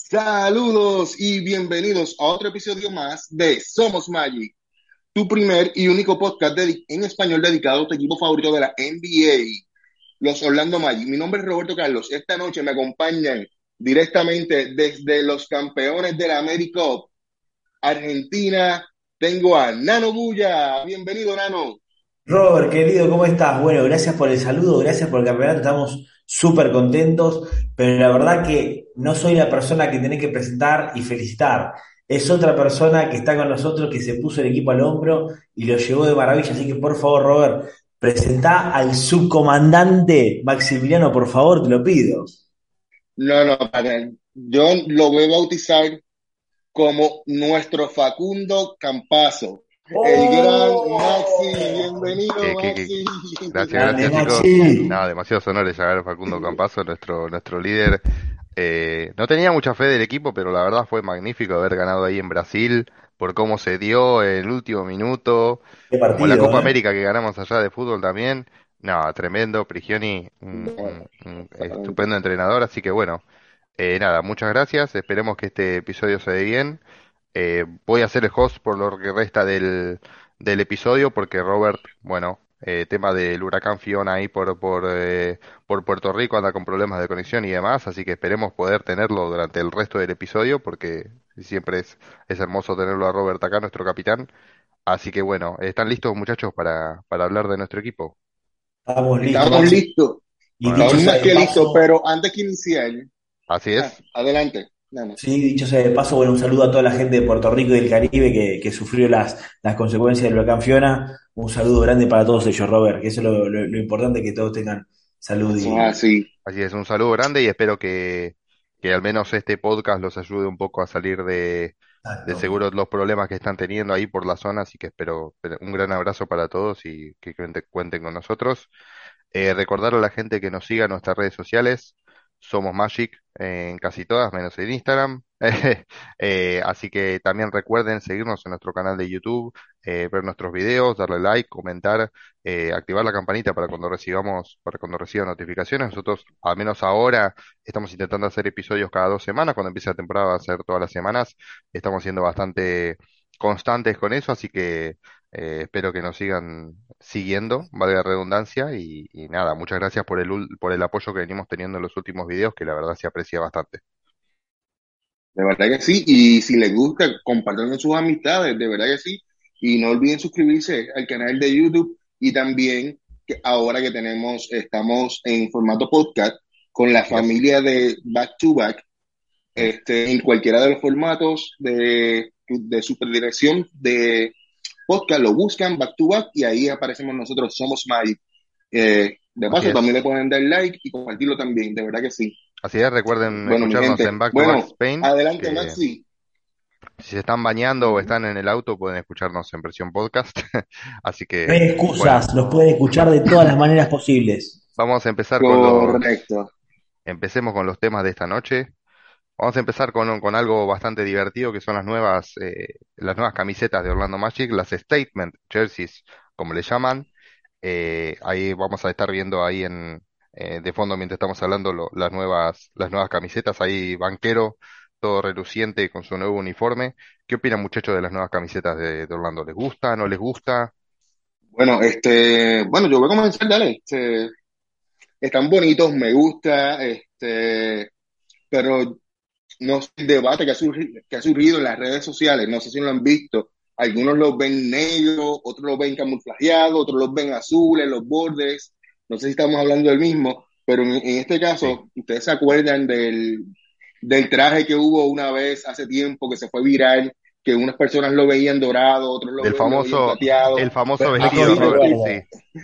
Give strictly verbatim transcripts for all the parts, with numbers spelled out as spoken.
Saludos y bienvenidos a otro episodio más de Somos Magic, tu primer y único podcast dedi- en español dedicado a tu equipo favorito de la N B A, los Orlando Magic. Mi nombre es Roberto Carlos. Esta noche me acompañan directamente desde los campeones de la America Cup, Argentina. Tengo a Nano Bulla. Bienvenido, Nano. Robert, querido, ¿cómo estás? Bueno, gracias por el saludo, gracias por el campeonato, estamos súper contentos, pero la verdad que no soy la persona que tenés que presentar y felicitar. Es otra persona que está con nosotros, que se puso el equipo al hombro y lo llevó de maravilla. Así que por favor, Robert, presentá al subcomandante Maximiliano, por favor, te lo pido. No, no, para- yo lo voy a bautizar como nuestro Facundo Campazo, el gran Maxi. ¡Oh! Bienvenido, Que, que, que- Maxi. Gracias, Grande, gracias chicos. Maxi. Nada, demasiados honores llegar a Facundo Campazo, nuestro, nuestro líder. Eh, no tenía mucha fe del equipo, pero la verdad fue magnífico haber ganado ahí en Brasil, por cómo se dio en el último minuto, Qué como la partido, Copa ¿eh? América que ganamos allá de fútbol también. No, tremendo, Prigioni, un, No, un- un exactamente. estupendo entrenador, así que bueno, eh, nada, muchas gracias, esperemos que este episodio se dé bien. Eh, voy a ser el host por lo que resta del, del episodio porque Robert, bueno, eh, tema del huracán Fiona ahí por, por, eh, por Puerto Rico anda con problemas de conexión y demás, así que esperemos poder tenerlo durante el resto del episodio porque siempre es, es hermoso tenerlo a Robert acá, nuestro capitán. Así que bueno, ¿están listos muchachos para, para hablar de nuestro equipo? Estamos listos, Estamos Maxi. listos, Y Bueno, dicho estamos sea más de que listos, paso, pero antes que iniciar, así ah, es. adelante, Nano. Sí, dicho sea de paso, bueno, un saludo a toda la gente de Puerto Rico y del Caribe que, que sufrió las, las consecuencias del huracán Fiona. Un saludo grande para todos ellos, Robert, que eso es lo, lo- lo importante, que todos tengan salud Eso es y... así. Así es, un saludo grande y espero que, que al menos este podcast los ayude un poco a salir de, de Exacto. seguro los problemas que están teniendo ahí por la zona, así que espero pero un gran abrazo para todos y que cuente- cuenten con nosotros. Eh, recordar a la gente que nos siga en nuestras redes sociales. Somos Magic eh, en casi todas, menos en Instagram. Eh, así que también recuerden seguirnos en nuestro canal de YouTube, eh, ver nuestros videos, darle like, comentar, eh, activar la campanita para cuando recibamos, para cuando reciban notificaciones. Nosotros, al menos ahora, estamos intentando hacer episodios cada dos semanas. Cuando empiece la temporada va a ser todas las semanas. Estamos siendo bastante constantes con eso, así que eh, espero que nos sigan siguiendo, valga la redundancia, y, y nada, muchas gracias por el, ul- por el apoyo que venimos teniendo en los últimos videos, que la verdad se aprecia bastante. De verdad que sí. Y si les gusta, compartan con sus amistades, de verdad que sí. Y no olviden suscribirse al canal de YouTube y también que ahora que tenemos, estamos en formato podcast con la Así es. familia de Back to Back, Mm. este, en cualquiera de los formatos de, de superdirección de podcast, lo buscan Back to Back y ahí aparecemos nosotros, Somos Magic. Eh, de Así paso, también le es. pueden dar like y compartirlo también, de verdad que sí. Así es, recuerden Bueno, mi escucharnos gente, en Back to Back bueno, Spain, adelante, que Maxi. si se están bañando o Ujú. están en el auto pueden escucharnos en versión podcast. Así No hay que, bueno, excusas, los pueden escuchar de todas las maneras posibles. vamos a empezar con los, Correcto. empecemos con los temas de esta noche. Vamos a empezar con, un- con algo bastante divertido que son las nuevas, eh, las nuevas camisetas de Orlando Magic, las Statement Jerseys, como le llaman. Eh, ahí vamos a estar viendo ahí en eh, de fondo mientras estamos hablando lo- las nuevas, las nuevas camisetas, ahí banquero, todo reluciente con su nuevo uniforme. ¿Qué opinan muchachos de las nuevas camisetas de, de Orlando? ¿Les gusta? ¿No les gusta? Bueno, este, bueno, yo voy a comenzar, dale. Este, están bonitos, me gusta, este, pero no sé el debate que ha surgido, que ha surgido en las redes sociales, no sé si lo han visto. Algunos los ven negros, otros los ven camuflajeados, otros los ven azules, los bordes. No sé si estamos hablando del mismo, pero en, en este Sí. caso, ¿ustedes se acuerdan del, del traje que hubo una vez hace tiempo que se fue viral, que unas personas lo veían dorado, otros lo, Del ve- lo veían famoso, plateado? el famoso Pues Algo vestido, así lo lo Robert, estoy, sí. recuerdo.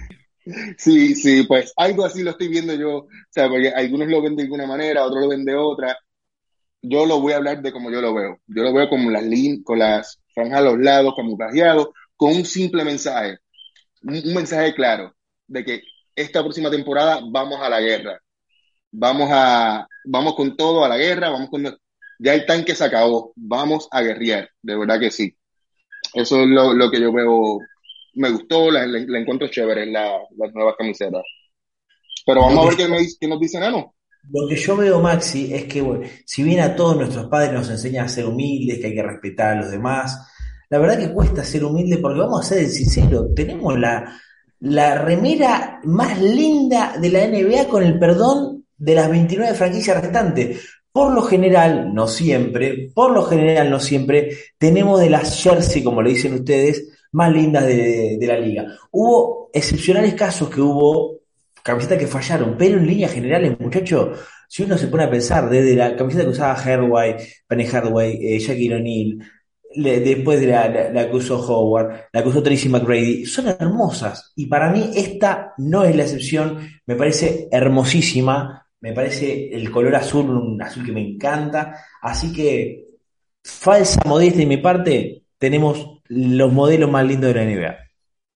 sí, sí, pues algo así lo estoy viendo yo, o sea, porque algunos lo ven de alguna manera, otros lo ven de otra. Yo lo voy a hablar de como yo lo veo. Yo lo veo como las lin con las franjas a los lados, camuflajeado, con un simple mensaje, un, un mensaje claro de que esta próxima temporada vamos a la guerra, vamos a, vamos con todo a la guerra, vamos con, ya el tanque se acabó, vamos a guerrear, de verdad que sí. Eso es lo, lo que yo veo, me gustó, la, la- la encuentro chévere en la, las nuevas camisetas. Pero Lo vamos a que ver qué, me, yo dice- qué nos dice Nano. Lo que yo veo, Maxi, es que, bueno, si bien a todos nuestros padres nos enseñan a ser humildes, que hay que respetar a los demás, la verdad que cuesta ser humilde porque vamos a ser sinceros, tenemos la, la remera más linda de la N B A con el perdón de las veintinueve franquicias restantes. Por lo general, no siempre, por lo general, no siempre, tenemos de las jersey, como le dicen ustedes, más lindas de, de la liga. Hubo excepcionales casos que hubo camisetas que fallaron, pero en líneas generales, muchachos, si uno se pone a pensar, desde la camiseta que usaba Hardaway, Penny Hardaway, eh, Shaquille O'Neal, le- después de la, la- la que usó Howard, la que usó Tracy McGrady, son hermosas. Y para mí esta no es la excepción, me parece hermosísima, me parece el color azul, un azul que me encanta. Así que, falsa modestia de mi parte, tenemos los modelos más lindos de la N B A.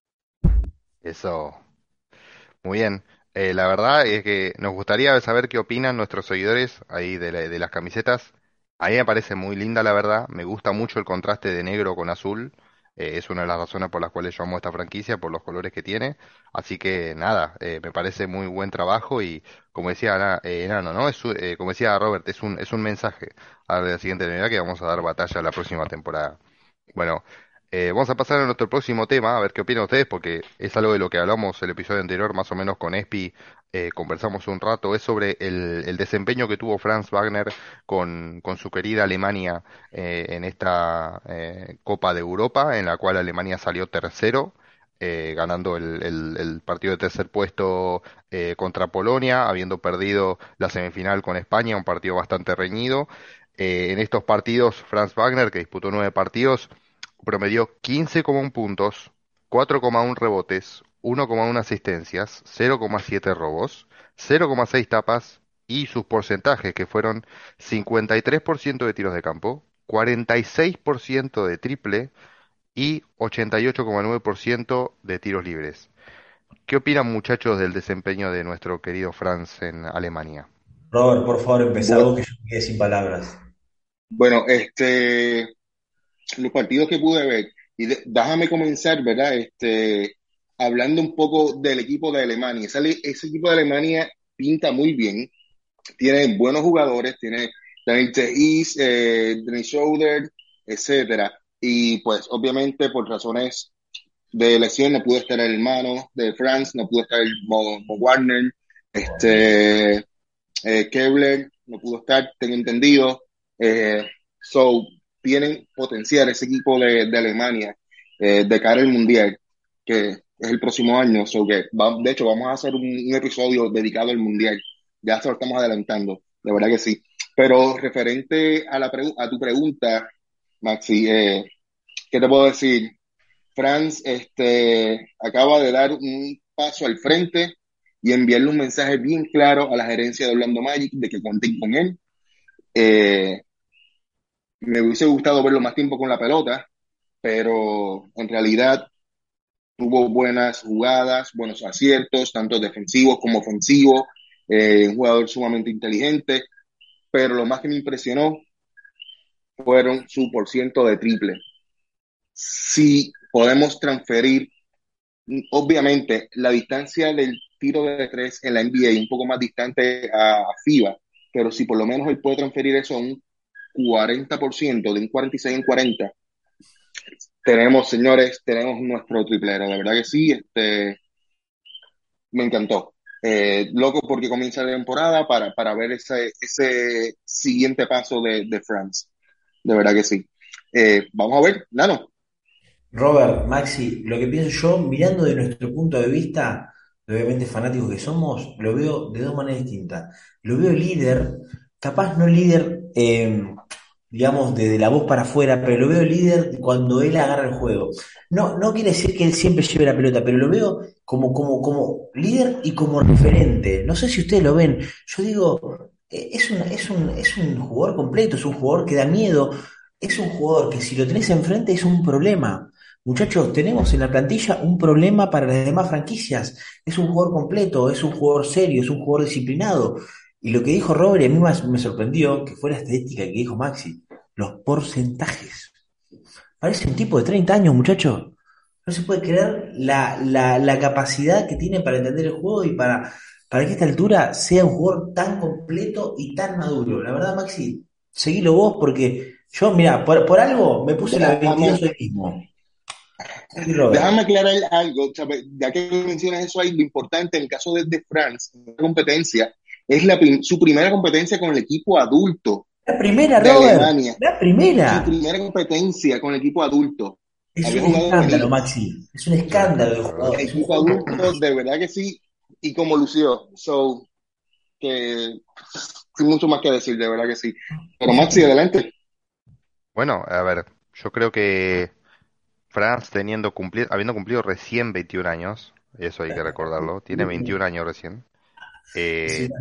Eso, muy bien. Eh, la verdad es que nos gustaría saber qué opinan nuestros seguidores ahí de, la- de las camisetas. A mí me parece muy linda, la verdad. Me gusta mucho el contraste de negro con azul. Eh, es una de las razones por las cuales yo amo esta franquicia, por los colores que tiene. Así que nada, eh, me parece muy buen trabajo y como decía Ana- eh, Enano, ¿no? Es, u- eh, como decía Robert, es un, es un mensaje a la siguiente N B A que vamos a dar batalla la próxima temporada. Bueno, eh, vamos a pasar a nuestro próximo tema, a ver qué opinan ustedes, porque es algo de lo que hablamos el episodio anterior, más o menos con Espi, eh, conversamos un rato, es sobre el, el desempeño que tuvo Franz Wagner con, con su querida Alemania eh, en esta eh, Copa de Europa, en la cual Alemania salió tercero. eh, ganando el, el- el partido de tercer puesto eh, contra Polonia, habiendo perdido la semifinal con España, un partido bastante reñido. Eh, en estos partidos, Franz Wagner, que disputó nueve partidos, promedió quince coma uno puntos, cuatro coma uno rebotes, uno coma uno asistencias, cero coma siete robos, cero coma seis tapas y sus porcentajes que fueron cincuenta y tres por ciento de tiros de campo, cuarenta y seis por ciento de triple y ochenta y ocho coma nueve por ciento de tiros libres. ¿Qué opinan muchachos del desempeño de nuestro querido Franz en Alemania? Robert, por favor, empezá Bu- vos que yo me quedé sin palabras. Bueno, este, los partidos que pude ver, y de- déjame comenzar, ¿verdad? Este, hablando un poco del equipo de Alemania. Ese, ese equipo de Alemania pinta muy bien, tiene buenos jugadores, tiene Daniel Theis, eh, Dennis Schroeder, etcétera. Y pues obviamente por razones de lesión no pudo estar el hermano de Franz, no pudo estar Mo, Mo Wagner, este, eh, Kevler, no pudo estar, tengo entendido. Eh, so, tienen potencial ese equipo de, de Alemania eh, de cara al Mundial, que es el próximo año. So que va- de hecho, vamos a hacer un, un episodio dedicado al Mundial. Ya se lo estamos adelantando, de verdad que sí. Pero referente a, la pregu- a tu pregunta, Maxi, eh, ¿qué te puedo decir? Franz este, acaba de dar un paso al frente y enviarle un mensaje bien claro a la gerencia de Orlando Magic de que cuenten con él. Eh, Me hubiese gustado verlo más tiempo con la pelota, pero en realidad tuvo buenas jugadas, buenos aciertos, tanto defensivos como ofensivos. Eh, un jugador sumamente inteligente, pero lo más que me impresionó fueron su por ciento de triple. Si podemos transferir, obviamente, la distancia del tiro de tres en la N B A es un poco más distante a FIBA, pero si por lo menos él puede transferir eso a un cuarenta por ciento, de un cuarenta y seis en cuarenta, tenemos, señores, tenemos nuestro triplero. De verdad que sí, este, me encantó. Eh, loco porque comienza la temporada para, para ver ese, ese siguiente paso de, de France. De verdad que sí. Eh, vamos a ver, Nano. Robert, Maxi, lo que pienso yo, mirando de nuestro punto de vista, obviamente fanáticos que somos, lo veo de dos maneras distintas. Lo veo líder, capaz no líder, eh, digamos, de, de la voz para afuera, pero lo veo líder cuando él agarra el juego. No, no quiere decir que él siempre lleve la pelota, pero lo veo como, como, como líder y como referente. No sé si ustedes lo ven. Yo digo, eh, es un, es un, es un jugador completo, es un jugador que da miedo, es un jugador que si lo tenés enfrente es un problema. Muchachos, tenemos en la plantilla un problema para las demás franquicias. Es un jugador completo, es un jugador serio, es un jugador disciplinado. Y lo que dijo Robert, y a mí más me sorprendió, que fue la estadística que dijo Maxi, los porcentajes. Parece un tipo de treinta años, muchachos. No se puede creer la, la, la capacidad que tiene para entender el juego y para, para que a esta altura sea un jugador tan completo y tan maduro. La verdad, Maxi, seguilo vos porque yo, mira, por, por algo me puse la veintidós Déjame, hoy mismo. Sí, Robert. déjame aclarar algo, ¿sabes? Ya que mencionas eso ahí, lo importante en el caso de, de France, la competencia, es la, prim- su primera competencia con el equipo adulto La primera, de Robert, Alemania, la su primera. primera competencia con el equipo adulto. Es Había un jugado en escándalo, Leeds, Maxi. Es un Es un escándalo de escándalo, la verdad. jugador. Es un equipo jugador adulto, completísimo. de verdad que sí, y como lució. So, que sin mucho más que decir, de verdad que sí. Pero Maxi, adelante. Bueno, a ver, yo creo que Franz teniendo cumpli- habiendo cumplido recién veintiún años, eso hay que recordarlo, tiene veintiún años recién. eh,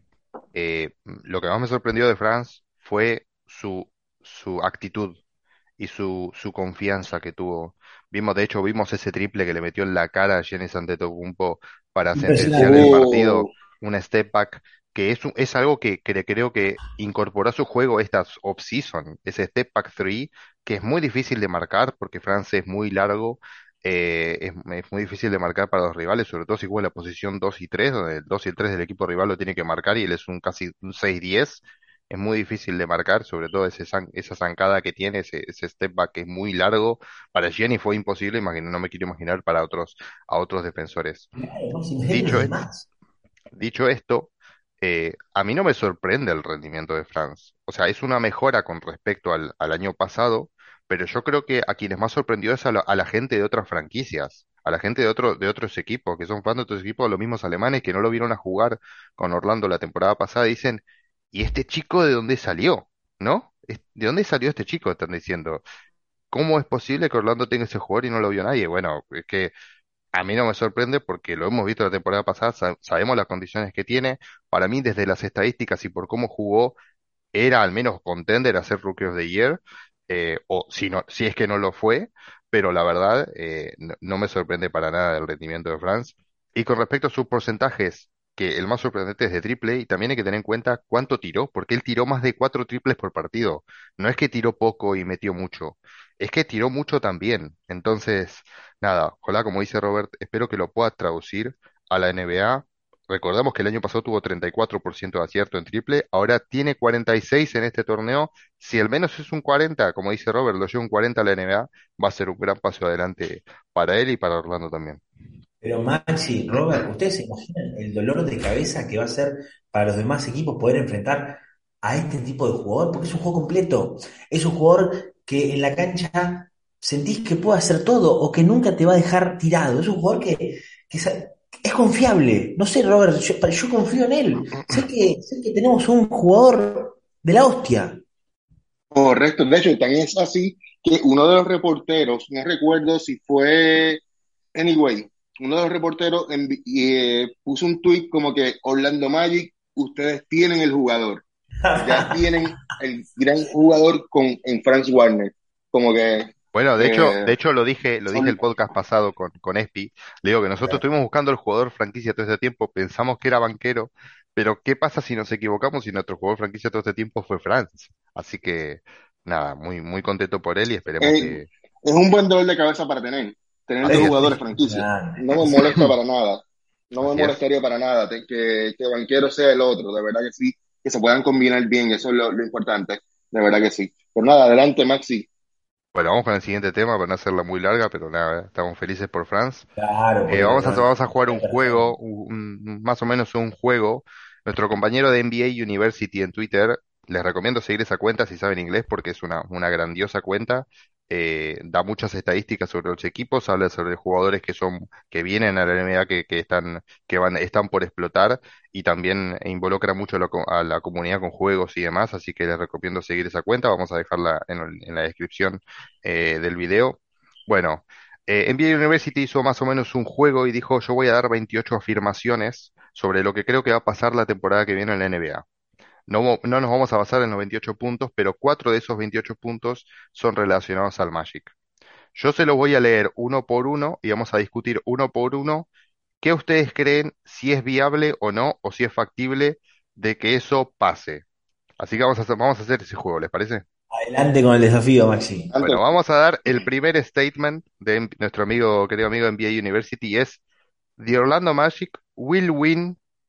eh, lo que más me sorprendió de Franz fue su, su actitud y su, su confianza que tuvo. Vimos, de hecho, vimos ese triple que le metió en la cara a Giannis Antetokounmpo para sentenciar Impresionante. el partido, Oh, un step back, que es, un- es algo que, que creo que incorporó a su juego esta off-season, ese step back three, que es muy difícil de marcar porque France es muy largo. eh, es, es muy difícil de marcar para los rivales, sobre todo si juega en la posición dos y tres donde el dos y el tres del equipo rival lo tiene que marcar y él es un casi un seis diez. Es muy difícil de marcar, sobre todo ese zan- esa zancada que tiene, ese, ese step back que es muy largo. Para Gianni fue imposible, imagino, no me quiero imaginar para otros, a otros defensores. Claro, Maxi, imagínate los Dicho, e- demás. dicho esto, eh, a mí no me sorprende el rendimiento de Franz. O sea, es una mejora con respecto al, al año pasado, pero yo creo que a quienes más sorprendió es a la, a la gente de otras franquicias, a la gente de, otro, de otros equipos, que son fans de otros equipos, los mismos alemanes que no lo vieron a jugar con Orlando la temporada pasada, dicen, ¿y este chico de dónde salió? ¿No? Es- ¿De dónde salió este chico? Están diciendo. ¿Cómo es posible que Orlando tenga ese jugador y no lo vio nadie? Bueno, es que a mí no me sorprende porque lo hemos visto la temporada pasada, sa- sabemos las condiciones que tiene. Para mí, desde las estadísticas y por cómo jugó, era al menos contender a ser Rookie of the Year, eh, o si no, si es que no lo fue, pero la verdad eh, no, no me sorprende para nada el rendimiento de Franz. Y con respecto a sus porcentajes, que el más sorprendente es de triple, y también hay que tener en cuenta cuánto tiró, porque él tiró más de cuatro triples por partido. No es que tiró poco y metió mucho, es que tiró mucho también. Entonces, nada, ojalá, como dice Robert, espero que lo pueda traducir a la N B A. Recordamos que el año pasado tuvo treinta y cuatro por ciento de acierto en triple, ahora tiene cuarenta y seis en este torneo. Si al menos es un cuarenta, como dice Robert, lo lleva un cuarenta a la N B A, va a ser un gran paso adelante para él y para Orlando también. Pero Maxi, Robert, ¿ustedes se imaginan el dolor de cabeza que va a ser para los demás equipos poder enfrentar a este tipo de jugador? Porque es un juego completo. Es un jugador que en la cancha sentís que puede hacer todo o que nunca te va a dejar tirado. Es un jugador que, que es, es confiable. No sé, Robert, yo, yo confío en él. Sé que, sé que tenemos un jugador de la hostia. correcto. De hecho, también es así que uno de los reporteros, no recuerdo si fue, anyway, uno de los reporteros envi- eh, puso un tweet como que Orlando Magic, ustedes tienen el jugador, ya tienen el gran jugador con, en Franz Warner. Como que Bueno, de hecho, eh, de hecho lo dije, lo dije son- el podcast pasado con, con Espi. Le digo que nosotros estuvimos buscando el jugador franquicia todo este tiempo, pensamos que era banquero, pero ¿qué pasa si nos equivocamos y nuestro jugador franquicia todo este tiempo fue Franz? Así que nada, muy, muy contento por él y esperemos eh, que, es un buen dolor de cabeza para tener, tener dos así es. jugadores Es franquicia. impresionante. No me molesta para nada, no me Así es. molestaría para nada te- que, que Banquero sea el otro, de verdad que sí, que se puedan combinar bien, eso es lo, lo importante, de verdad que sí. Pues nada, adelante Maxi. Bueno, vamos con el siguiente tema para no hacerla muy larga, pero nada, estamos felices por Franz. Claro, Eh, porque vamos a, lo- vamos a jugar un perfecto. juego, un- un- más o menos un juego. Nuestro compañero de N B A University en Twitter, les recomiendo seguir esa cuenta si saben inglés porque es una, una grandiosa cuenta. Eh, da muchas estadísticas sobre los equipos, habla sobre jugadores que son, que vienen a la N B A, que, que están, que van, están por explotar y también involucra mucho a la, co- a la comunidad con juegos y demás, así que les recomiendo seguir esa cuenta. Vamos a dejarla en, el- en la descripción eh, del video. Bueno. Eh, N B A University hizo más o menos un juego y dijo, yo voy a dar veintiocho afirmaciones sobre lo que creo que va a pasar la temporada que viene en la N B A. No, mo- no nos vamos a basar en los veintiocho puntos, pero cuatro de esos veintiocho puntos son relacionados al Magic. Yo se los voy a leer uno por uno y vamos a discutir uno por uno qué ustedes creen si es viable o no, o si es factible de que eso pase. Así que vamos a hacer, vamos a hacer ese juego, ¿les parece? Adelante con el desafío, Maxi. Bueno, Adelante. vamos a dar el primer statement de nuestro amigo, querido amigo N B A University, es The Orlando Magic will win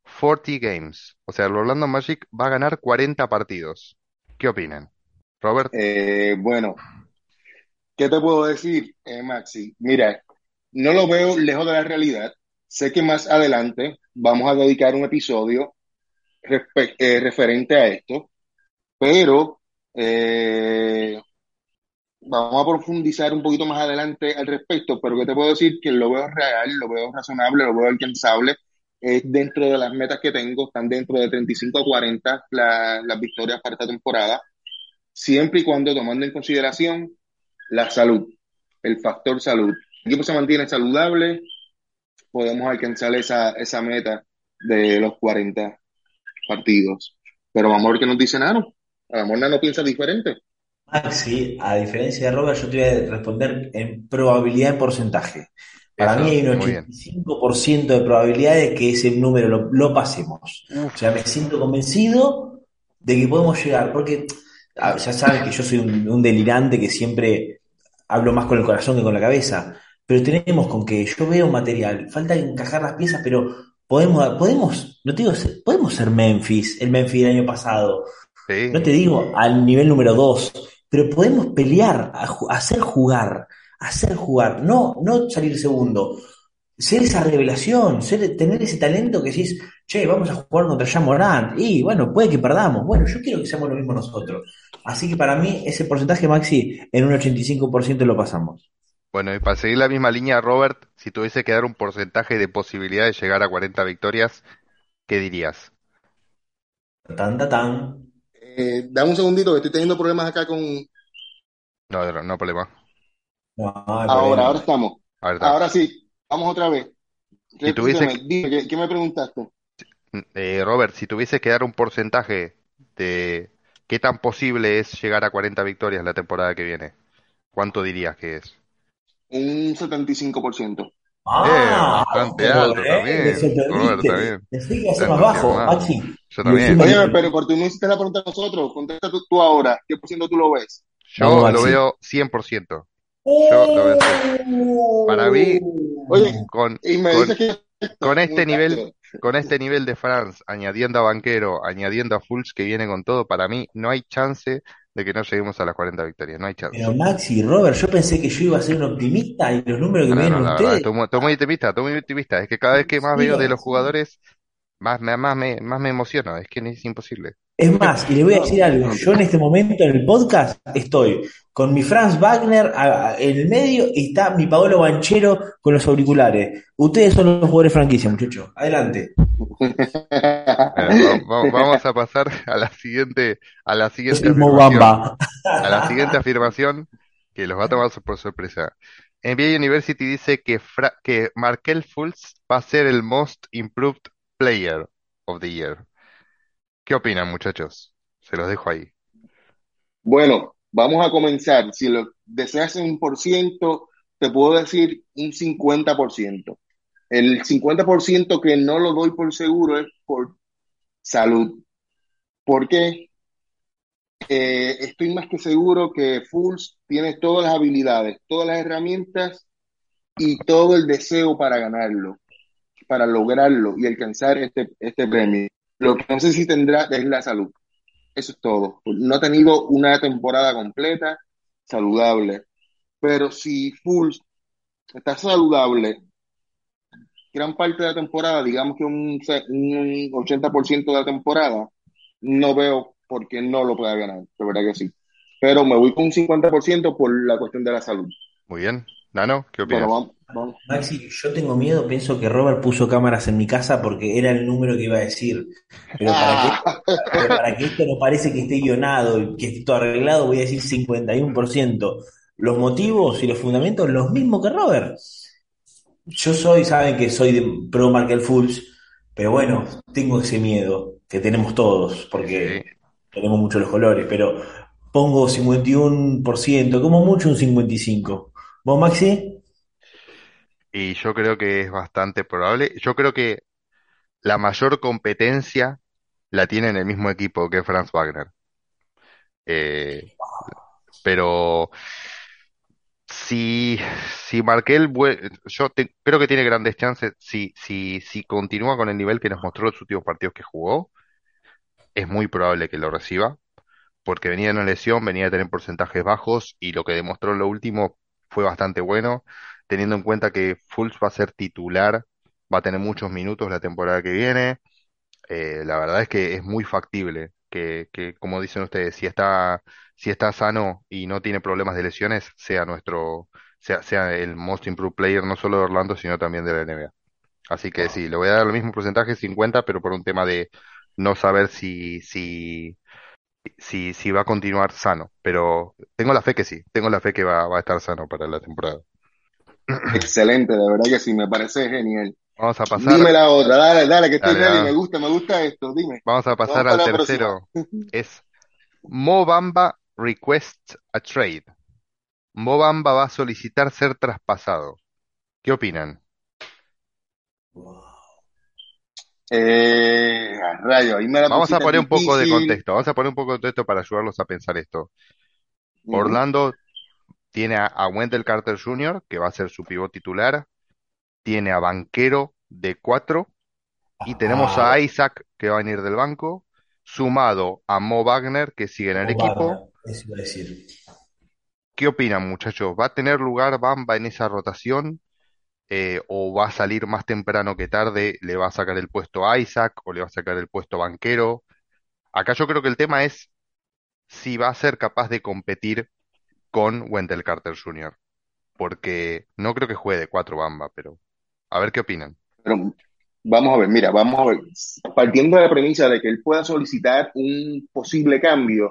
cuarenta games. O sea, el Orlando Magic va a ganar cuarenta partidos. ¿Qué opinan? Robert. Eh, bueno, ¿qué te puedo decir, eh, Maxi? Mira, no lo veo lejos de la realidad. Sé que más adelante vamos a dedicar un episodio respe- eh, referente a esto, pero eh, vamos a profundizar un poquito más adelante al respecto, pero ¿qué te puedo decir? Que lo veo real, lo veo razonable, lo veo alcanzable. Es dentro de las metas que tengo, están dentro de treinta y cinco a cuarenta la- las victorias para esta temporada, siempre y cuando tomando en consideración la salud, el factor salud. El equipo se mantiene saludable, podemos alcanzar esa, esa meta de los cuarenta partidos. Pero vamos a ver qué nos dice Nano. A lo mejor Nano piensa diferente. Maxi, a diferencia de Robert, yo te voy a responder en probabilidad en porcentaje. Para mí Eso, hay un muy bien. ochenta y cinco por ciento de probabilidades de que ese número lo, lo pasemos. O sea, me Uf, siento convencido de que podemos llegar, porque ah, ya saben que yo soy un, un delirante que siempre hablo más con el corazón que con la cabeza, pero tenemos con que yo veo material, falta encajar las piezas, pero podemos, podemos, no te digo, podemos ser Memphis, el Memphis del año pasado, no te sí. digo al nivel número dos, pero podemos pelear, a ju- hacer jugar, hacer jugar, no, no salir segundo, ser esa revelación, ser, tener ese talento que decís, che, vamos a jugar contra Jean Morant, y bueno, puede que perdamos, bueno, yo quiero que seamos lo mismo nosotros. Así que para mí ese porcentaje, Maxi, en un ochenta y cinco por ciento lo pasamos. Bueno, y para seguir la misma línea, Robert, si tuviese que dar un porcentaje de posibilidad de llegar a cuarenta victorias, ¿qué dirías? Tan, tan, tan. Eh, dame un segundito que estoy teniendo problemas acá con... No, no, no problema. No, no hay Ahora, ahora problema. estamos. A ver, está. Ahora sí, vamos otra vez. Si tuviese, Repíteme, dime, ¿qué, qué me preguntaste? eh, Robert, si tuviese que dar un porcentaje de qué tan posible es llegar a cuarenta victorias la temporada que viene, ¿cuánto dirías que es? Un setenta y cinco por ciento. Eh, Ah, bastante alto, alto ¿eh? Me también, Robert, sorprendiste. también. Pensé que iba a Está ser más bajo, entusiasmado. Maxi. Yo Le también. sumo el... Oye, pero por tú no hiciste la pregunta a nosotros. Contesta tú, tú ahora. ¿Qué por ciento tú lo ves? Vamos, Yo lo Maxi. veo cien por ciento. Yo lo veo cien por ciento. Para mí, Oye, con, y me con, dices que... con este nivel, Muchacho. con este nivel de France, añadiendo a Banquero, añadiendo a Fultz que viene con todo, para mí no hay chance de que no lleguemos a las cuarenta victorias, no hay chance. Pero Maxi, Robert, yo pensé que yo iba a ser un optimista y los números que No, me no, dieron la verdad, ustedes, estoy muy, estoy muy optimista, estoy muy optimista. Es que cada vez que más veo de sigan. los jugadores, más, me- más, me, más me emociono. Es que es imposible. Es más, y le voy a No, decir algo, yo en este momento en el podcast estoy con mi Franz Wagner a- a- en el medio y está mi Paolo Banchero con los auriculares. Ustedes son los jugadores franquicia, muchachos. Adelante. Bueno, va- va- vamos a pasar a la siguiente, a la Yo siguiente soy afirmación. Mobamba. A la siguiente afirmación que los va a tomar so- por sorpresa. N B A University dice que, Fra- que Markel Fultz va a ser el Most Improved Player of the Year. ¿Qué opinan, muchachos? Se los dejo ahí. bueno, vamos a comenzar. Si lo deseas en un por ciento, te puedo decir un cincuenta por ciento. El cincuenta por ciento que no lo doy por seguro es por salud. ¿Por qué? Eh, estoy más que seguro que Fools tiene todas las habilidades, todas las herramientas y todo el deseo para ganarlo, para lograrlo y alcanzar este, este premio. Lo que no sé si tendrá es la salud. Eso es todo. No ha tenido una temporada completa saludable. Pero si Fools está saludable gran parte de la temporada, digamos que un, se- un ochenta por ciento de la temporada, no veo por qué no lo pueda ganar, de verdad que sí. Pero me voy con un cincuenta por ciento por la cuestión de la salud. Muy bien. Nano, ¿qué Bueno, opinas? vamos, vamos. Maxi, yo tengo miedo, pienso que Robert puso cámaras en mi casa porque era el número que iba a decir. Pero para que, Ah, pero para que esto no parece que esté guionado y que esté todo arreglado, voy a decir cincuenta y uno por ciento. Los motivos y los fundamentos, los mismos que Robert. Yo soy, saben que soy de pro Markel Fultz, pero bueno, tengo ese miedo que tenemos todos, Sí, sí. porque tenemos muchos los colores, pero pongo cincuenta y uno por ciento, como mucho un cincuenta y cinco por ciento. ¿Vos, Maxi? Y yo creo que es bastante probable. Yo creo que la mayor competencia la tiene en el mismo equipo que Franz Wagner. Eh, pero Si, si Markel, vue- yo te- creo que tiene grandes chances, si, si, si continúa con el nivel que nos mostró los últimos partidos que jugó, es muy probable que lo reciba, porque venía de una lesión, venía a tener porcentajes bajos y lo que demostró en lo último fue bastante bueno, teniendo en cuenta que Fultz va a ser titular, va a tener muchos minutos la temporada que viene. Eh, la verdad es que es muy factible que, que, como dicen ustedes, si está, si está sano y no tiene problemas de lesiones, sea nuestro, sea, sea el most improved player no solo de Orlando, sino también de la N B A. Así que sí, le voy a dar el mismo porcentaje, cincuenta, pero por un tema de no saber si, si, si, si va a continuar sano. Pero tengo la fe que sí, tengo la fe que va, va a estar sano para la temporada. Excelente, de verdad que sí, me parece genial. Vamos a Dime pasar, la otra, dale, dale, que estoy dale, ready, me ah, gusta, me gusta esto, dime. vamos a Vamos pasar al para la próxima. tercero. Es Mo Bamba requests a trade. Mo Bamba va a solicitar ser traspasado. ¿Qué opinan? Eh, a rayo, ahí me la Vamos a pusiste poner un poco de difícil. contexto. Vamos a poner un poco de contexto para ayudarlos a pensar esto. Ujú. Orlando tiene a, a Wendell Carter junior, que va a ser su pivot titular. Tiene a Banquero de cuatro. Y tenemos Ah, a Isaac, que va a venir del banco. Sumado a Mo Wagner, que sigue en el como equipo. Wagner, eso iba a decir. ¿Qué opinan, muchachos? ¿Va a tener lugar Bamba en esa rotación? Eh, ¿o va a salir más temprano que tarde? ¿Le va a sacar el puesto a Isaac o le va a sacar el puesto a Banquero? Acá yo creo que el tema es si va a ser capaz de competir con Wendell Carter junior, porque no creo que juegue de cuatro Bamba, pero a ver qué opinan. Pero vamos a ver, mira, vamos a ver. Partiendo de la premisa de que él pueda solicitar un posible cambio,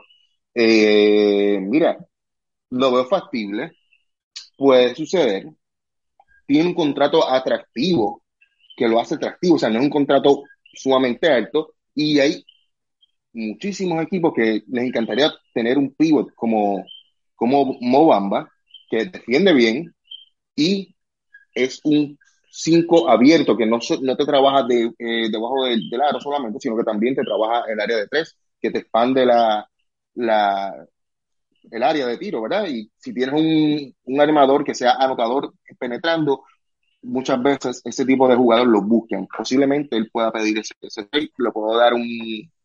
eh, mira, lo veo factible, puede suceder. Tiene un contrato atractivo, que lo hace atractivo, o sea, no es un contrato sumamente alto, y hay muchísimos equipos que les encantaría tener un pivot como, como Mo Bamba, que defiende bien y es un cinco abierto, que no, so- no te trabaja de, eh, debajo del, del aro solamente, sino que también te trabaja el área de tres, que te expande la, la, el área de tiro, ¿verdad? Y si tienes un, un armador que sea anotador penetrando, muchas veces ese tipo de jugador lo buscan. Posiblemente él pueda pedir ese, ese trade, le puedo dar un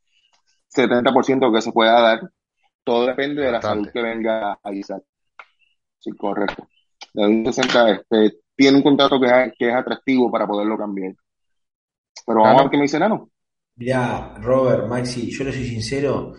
setenta por ciento que se pueda dar. Todo depende Y de la salud bastante. que venga a Isaac. Sí, correcto. De un sesenta, este, tiene un contrato que es, que es atractivo para poderlo cambiar. Pero vamos a ver ¿Cano? qué me dice Nano. Mirá, Robert, Maxi, yo le soy sincero,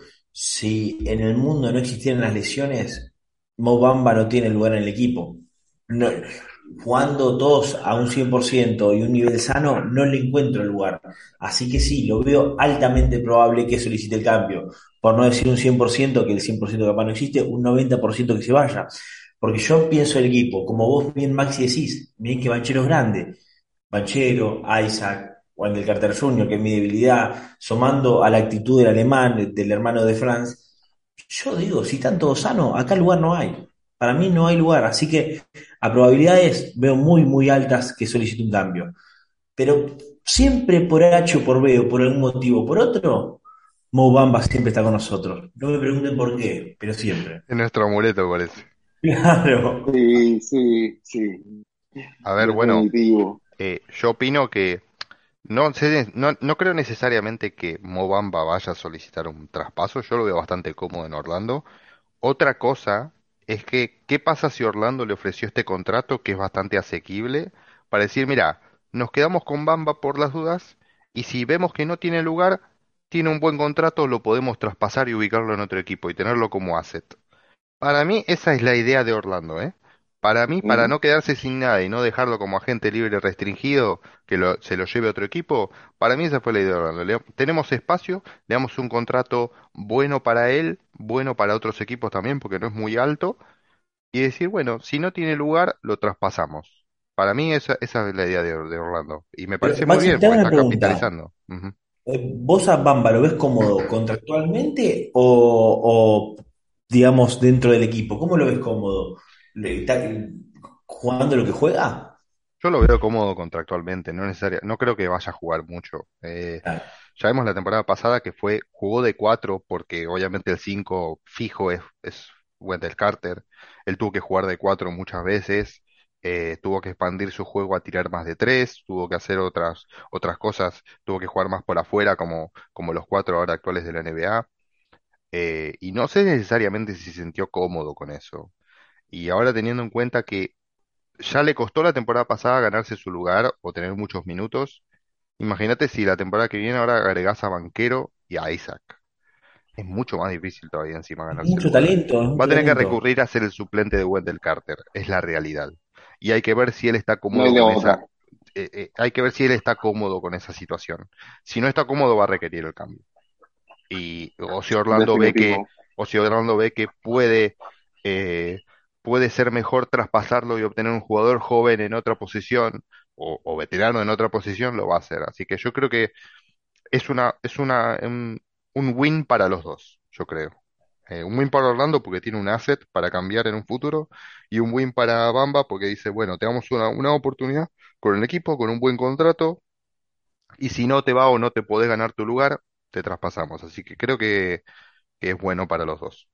si en el mundo no existieran las lesiones, Mo Bamba no tiene lugar en el equipo. No, jugando todos a un cien por ciento y un nivel sano, no le encuentro el lugar. Así que sí, lo veo altamente probable que solicite el cambio. Por no decir un cien por ciento, que el cien por ciento capaz no existe, un noventa por ciento que se vaya. Porque yo pienso el equipo, como vos bien Maxi decís, bien que Banchero es grande. Banchero, Isaac, Wendell Carter junior, que es mi debilidad, sumando a la actitud del alemán, del hermano de Franz. Yo digo, si están todos sanos, acá lugar no hay. Para mí no hay lugar, así que a probabilidades veo muy, muy altas que solicite un cambio. Pero siempre por H o por B o por algún motivo o por otro, Mo Bamba siempre está con nosotros. No me pregunten por qué, pero siempre. Es nuestro amuleto, parece. Claro. Sí, sí, sí, A ver, bueno, definitivo. eh, yo opino que no, sé- no, no creo necesariamente que Mo Bamba vaya a solicitar un traspaso. Yo lo veo bastante cómodo en Orlando. Otra cosa es que, ¿qué pasa si Orlando le ofreció este contrato que es bastante asequible para decir, mira, nos quedamos con Bamba por las dudas y si vemos que no tiene lugar, tiene un buen contrato, lo podemos traspasar y ubicarlo en otro equipo y tenerlo como asset? Para mí esa es la idea de Orlando, ¿eh? Para mí, para Ujú. no quedarse sin nada y no dejarlo como agente libre restringido, que lo- se lo lleve a otro equipo, para mí esa fue la idea de Orlando. Le- tenemos espacio, le damos un contrato bueno para él, bueno para otros equipos también, porque no es muy alto, y decir, bueno, si no tiene lugar, lo traspasamos. Para mí esa, esa es la idea de, de Orlando. Y me Pero, parece muy Maxi, bien, te hago porque una está pregunta. capitalizando. Ujú. Eh, ¿Vos a Bamba lo ves cómodo contractualmente o, o, digamos, dentro del equipo? ¿Cómo lo ves cómodo? ¿Le- ¿Está jugando lo que juega? Yo lo veo cómodo contractualmente, no necesaria, no creo que vaya a jugar mucho. Eh, Claro. ya vimos la temporada pasada que fue, jugó de cuatro porque obviamente el cinco fijo es, es Wendell Carter. Él tuvo que jugar de cuatro muchas veces, eh, tuvo que expandir su juego a tirar más de tres, tuvo que hacer otras, otras cosas, tuvo que jugar más por afuera como, como los cuatro ahora actuales de la N B A. Eh, y no sé necesariamente si se sintió cómodo con eso. Y ahora teniendo en cuenta que ya le costó la temporada pasada ganarse su lugar o tener muchos minutos, imagínate si la temporada que viene ahora agregás a Banquero y a Isaac. Es mucho más difícil todavía encima Es ganarse el mucho lugar. talento, es Va a mucho tener que talento. recurrir a ser el suplente de Wendell Carter, es la realidad. Y hay que ver si él está No hay cómodo de con otra. esa, eh, eh, hay que ver si él está cómodo con esa situación. Si no está cómodo, va a requerir el cambio. Y, o si Orlando ve que, Definitivo. o si Orlando ve que puede, eh, puede ser mejor traspasarlo y obtener un jugador joven en otra posición, o, o veterano en otra posición, lo va a hacer. Así que yo creo que es una, es una, un, un win para los dos, yo creo. Eh, un win para Orlando porque tiene un asset para cambiar en un futuro y un win para Bamba porque dice, bueno, tenemos una, una oportunidad con el equipo, con un buen contrato y si no te va o no te podés ganar tu lugar, te traspasamos. Así que creo que, que es bueno para los dos.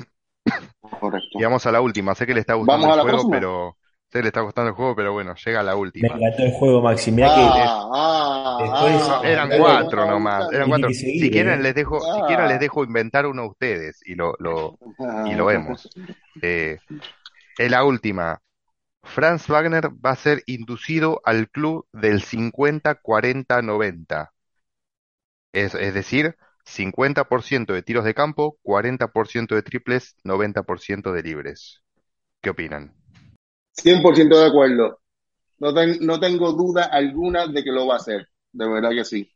Y Correcto. vamos a la última. Sé que le está gustando Vamos el a la juego, próxima. pero sé que le está gustando el juego, pero bueno, llega la Me última. encantó el juego, Maxi. Mirá que Es- Ah, ah, después no, ah. el eran ¿Ves lo que juego me cuatro estaba nomás, eran gustando? tiene que cuatro. Si seguir, quieren les ¿eh? dejo, si quieren les Ah. dejo inventar uno a ustedes y lo, lo, y lo Ah. vemos. Eh, en la última, Franz Wagner va a ser inducido al club del cincuenta cuarenta noventa. Es, es decir, cincuenta por ciento de tiros de campo, cuarenta por ciento de triples, noventa por ciento de libres. ¿Qué opinan? cien por ciento de acuerdo. No, ten- no tengo duda alguna de que lo va a hacer. De verdad que sí.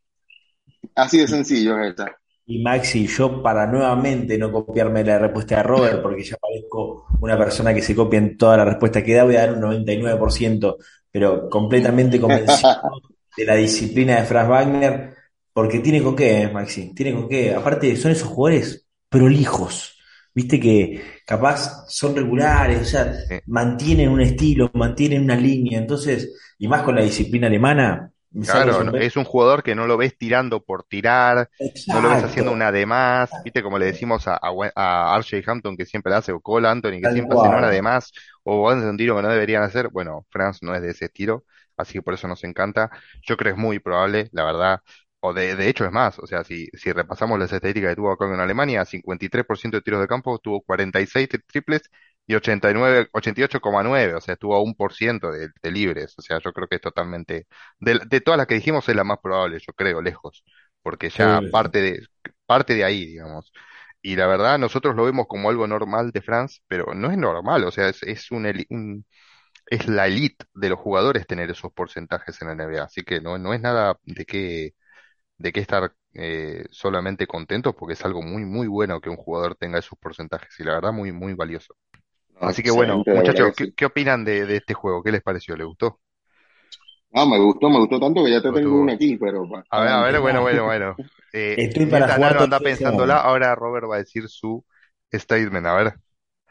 Así de Y, sencillo es esta. y Maxi, yo para nuevamente no copiarme la respuesta de Robert, porque ya parezco una persona que se copia en toda la respuesta que da, voy a dar un noventa y nueve por ciento, pero completamente convencido de la disciplina de Franz Wagner, porque tiene con qué, eh, Maxi, tiene con qué. Aparte, son esos jugadores prolijos, viste que capaz son regulares, o sea, Eh, mantienen un estilo, mantienen una línea, entonces, y más con la disciplina alemana, me saco el Claro, no- sombrero. es un jugador que no lo ves tirando por tirar, no lo ves haciendo Exacto, una de más, viste como le decimos a, a, We- a R J Hampton que siempre la hace, o Cole Anthony que tal siempre hacen una de cual. más, o hacen un tiro que no deberían hacer. Bueno, Franz no es de ese estilo, así que por eso nos encanta. Yo creo que es muy probable, la verdad, o de, de hecho es más, o sea, si, si repasamos las estadísticas que tuvo acá en Alemania, cincuenta y tres por ciento de tiros de campo, tuvo cuarenta y seis tri- triples y ochenta y nueve, ochenta y ocho coma nueve, o sea, estuvo a un por ciento de, de libres, o sea, yo creo que es totalmente de, de todas las que dijimos es la más probable, yo creo, lejos, porque ya Sí, sí. parte de, parte de ahí, digamos. Y la verdad, nosotros lo vemos como algo normal de France, pero no es normal, o sea, es, es, un, eli- un- es la elite de los jugadores tener esos porcentajes en la N B A, así que no, no es nada de qué, de qué estar eh, solamente contentos, porque es algo muy, muy bueno que un jugador tenga esos porcentajes, y la verdad, muy, muy valioso. No, Así que bueno, excelente, de verdad muchachos, que ¿qué, sí. qué opinan de, de este juego? ¿Qué les pareció? ¿Les gustó? Ah, me gustó, me gustó tanto que ya te ¿O tengo una estuvo? aquí, pero para A ver, a ver, Es adelante. bueno, más, bueno, bueno. Eh, estoy para mientras jugar Nano todo anda el fin de pensándola, semana. ahora Robert va a decir su statement. A ver,